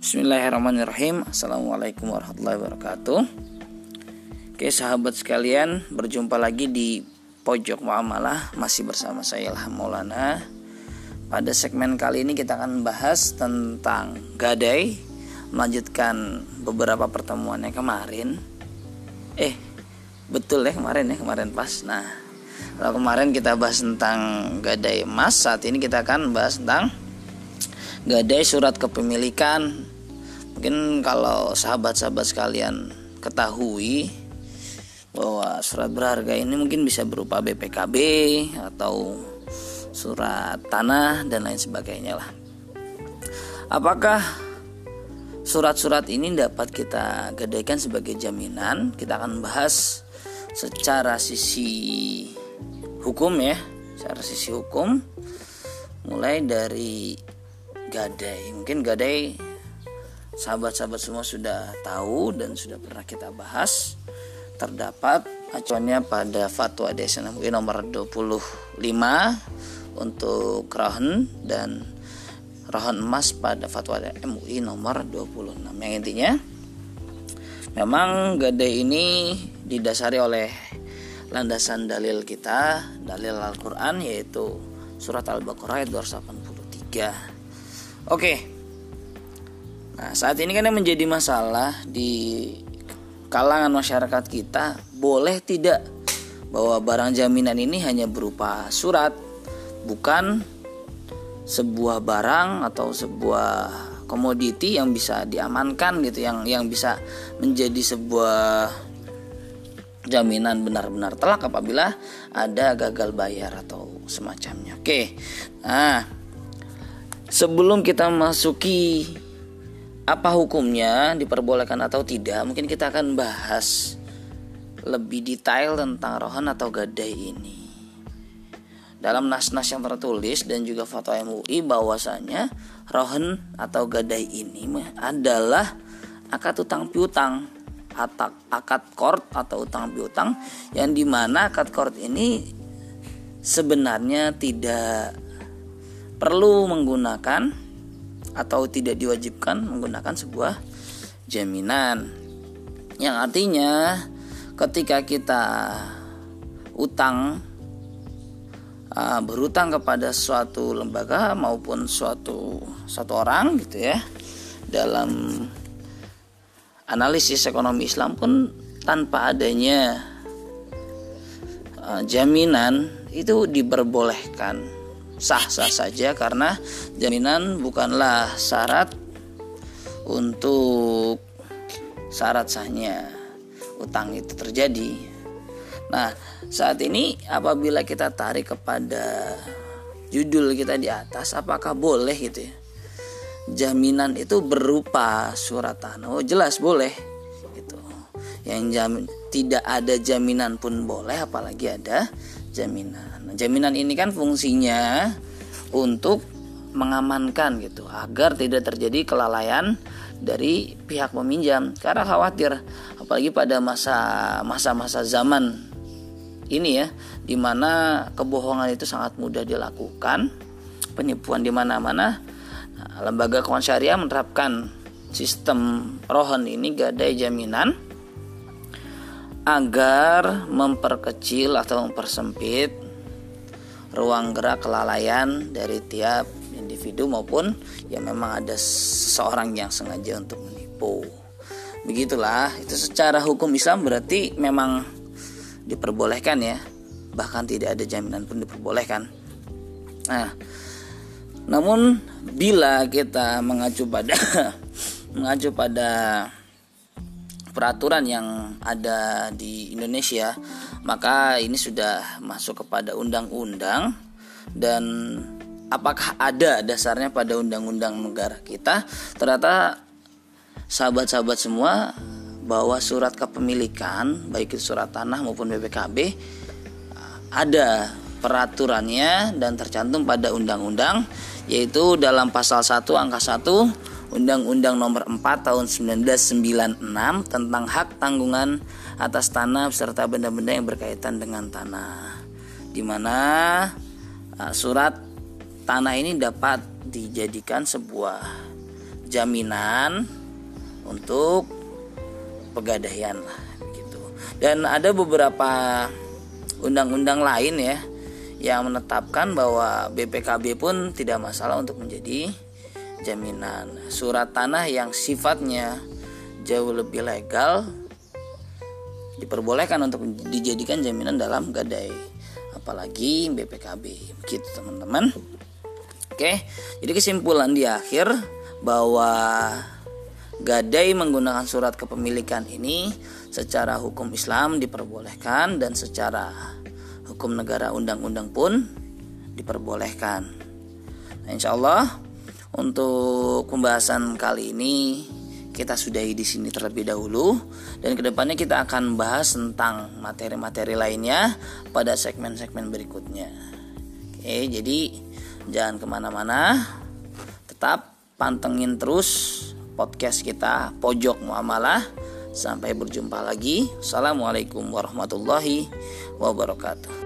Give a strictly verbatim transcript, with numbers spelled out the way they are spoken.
Bismillahirrahmanirrahim. Assalamualaikum warahmatullahi wabarakatuh. Oke sahabat sekalian, berjumpa lagi di Pojok Muamalah. Masih bersama saya Ilham Maulana. Pada segmen kali ini kita akan membahas tentang gadai, melanjutkan beberapa pertemuan yang kemarin. Eh betul ya kemarin ya kemarin pas. Nah kalau kemarin kita bahas tentang gadai emas, saat ini kita akan bahas tentang gadai surat kepemilikan. Mungkin kalau sahabat-sahabat sekalian ketahui bahwa surat berharga ini mungkin bisa berupa B P K B atau surat tanah dan lain sebagainya lah. Apakah surat-surat ini dapat kita gadaikan sebagai jaminan? Kita akan bahas secara sisi hukum ya, secara sisi hukum, mulai dari gadai. Mungkin gadai sahabat-sahabat semua sudah tahu dan sudah pernah kita bahas. Terdapat acuannya pada fatwa D S N M U I nomor dua puluh lima untuk rohon dan rohon emas pada fatwa M U I nomor dua puluh enam. Yang intinya memang gadai ini didasari oleh landasan dalil kita, dalil Al-Quran, yaitu surat Al-Baqarah ayat dua ratus delapan puluh tiga. Oke. Nah, saat ini kan yang menjadi masalah di kalangan masyarakat kita, boleh tidak bahwa barang jaminan ini hanya berupa surat, bukan sebuah barang atau sebuah komoditi yang bisa diamankan gitu, yang yang bisa menjadi sebuah jaminan benar-benar telak apabila ada gagal bayar atau semacamnya. Oke. Nah, sebelum kita masuki apa hukumnya, diperbolehkan atau tidak, mungkin kita akan bahas lebih detail tentang rohon atau gadai ini. Dalam nas-nas yang tertulis dan juga fatwa M U I bahwasanya rohon atau gadai ini adalah akad utang piutang, akad qard atau utang piutang, yang dimana akad qard ini sebenarnya tidak perlu menggunakan atau tidak diwajibkan menggunakan sebuah jaminan, yang artinya ketika kita utang uh, berutang kepada suatu lembaga maupun suatu satu orang gitu ya, dalam analisis ekonomi Islam pun tanpa adanya uh, jaminan itu diperbolehkan, sah-sah saja, karena jaminan bukanlah syarat untuk syarat sahnya utang itu terjadi. Nah, saat ini apabila kita tarik kepada judul kita di atas, apakah boleh gitu ya, jaminan itu berupa surat tanah? Oh, jelas boleh gitu. Yang jamin, tidak ada jaminan pun boleh, apalagi ada jaminan. Nah, jaminan ini kan fungsinya untuk mengamankan gitu, agar tidak terjadi kelalaian dari pihak peminjam, karena khawatir apalagi pada masa masa-masa zaman ini ya, di mana kebohongan itu sangat mudah dilakukan, penipuan di mana-mana. Nah, lembaga keuangan syariah menerapkan sistem rohon ini, gadai jaminan, agar memperkecil atau mempersempit ruang gerak kelalaian dari tiap individu maupun yang memang ada seseorang yang sengaja untuk menipu. Begitulah, itu secara hukum Islam berarti memang diperbolehkan ya, bahkan tidak ada jaminan pun diperbolehkan. Nah, namun bila kita mengacu pada mengacu pada peraturan yang ada di Indonesia, maka ini sudah masuk kepada undang-undang, dan apakah ada dasarnya pada undang-undang negara kita? Ternyata sahabat-sahabat semua, bahwa surat kepemilikan baik itu surat tanah maupun B P K B ada peraturannya dan tercantum pada undang-undang, yaitu dalam pasal satu angka satu Undang-Undang nomor empat tahun seribu sembilan ratus sembilan puluh enam tentang hak tanggungan atas tanah beserta benda-benda yang berkaitan dengan tanah, di mana uh, surat tanah ini dapat dijadikan sebuah jaminan untuk pegadaian lah gitu. Dan ada beberapa undang-undang lain ya yang menetapkan bahwa B P K B pun tidak masalah untuk menjadi jaminan. Surat tanah yang sifatnya jauh lebih legal diperbolehkan untuk dijadikan jaminan dalam gadai, apalagi B P K B. Begitu teman-teman. Oke, jadi kesimpulan di akhir bahwa gadai menggunakan surat kepemilikan ini secara hukum Islam diperbolehkan dan secara hukum negara undang-undang pun diperbolehkan. Nah, insya Allah untuk pembahasan kali ini kita sudahi di sini terlebih dahulu, dan kedepannya kita akan bahas tentang materi-materi lainnya pada segmen-segmen berikutnya. Oke, jadi jangan kemana-mana, tetap pantengin terus podcast kita Pojok Muamalah. Sampai berjumpa lagi. Assalamualaikum warahmatullahi wabarakatuh.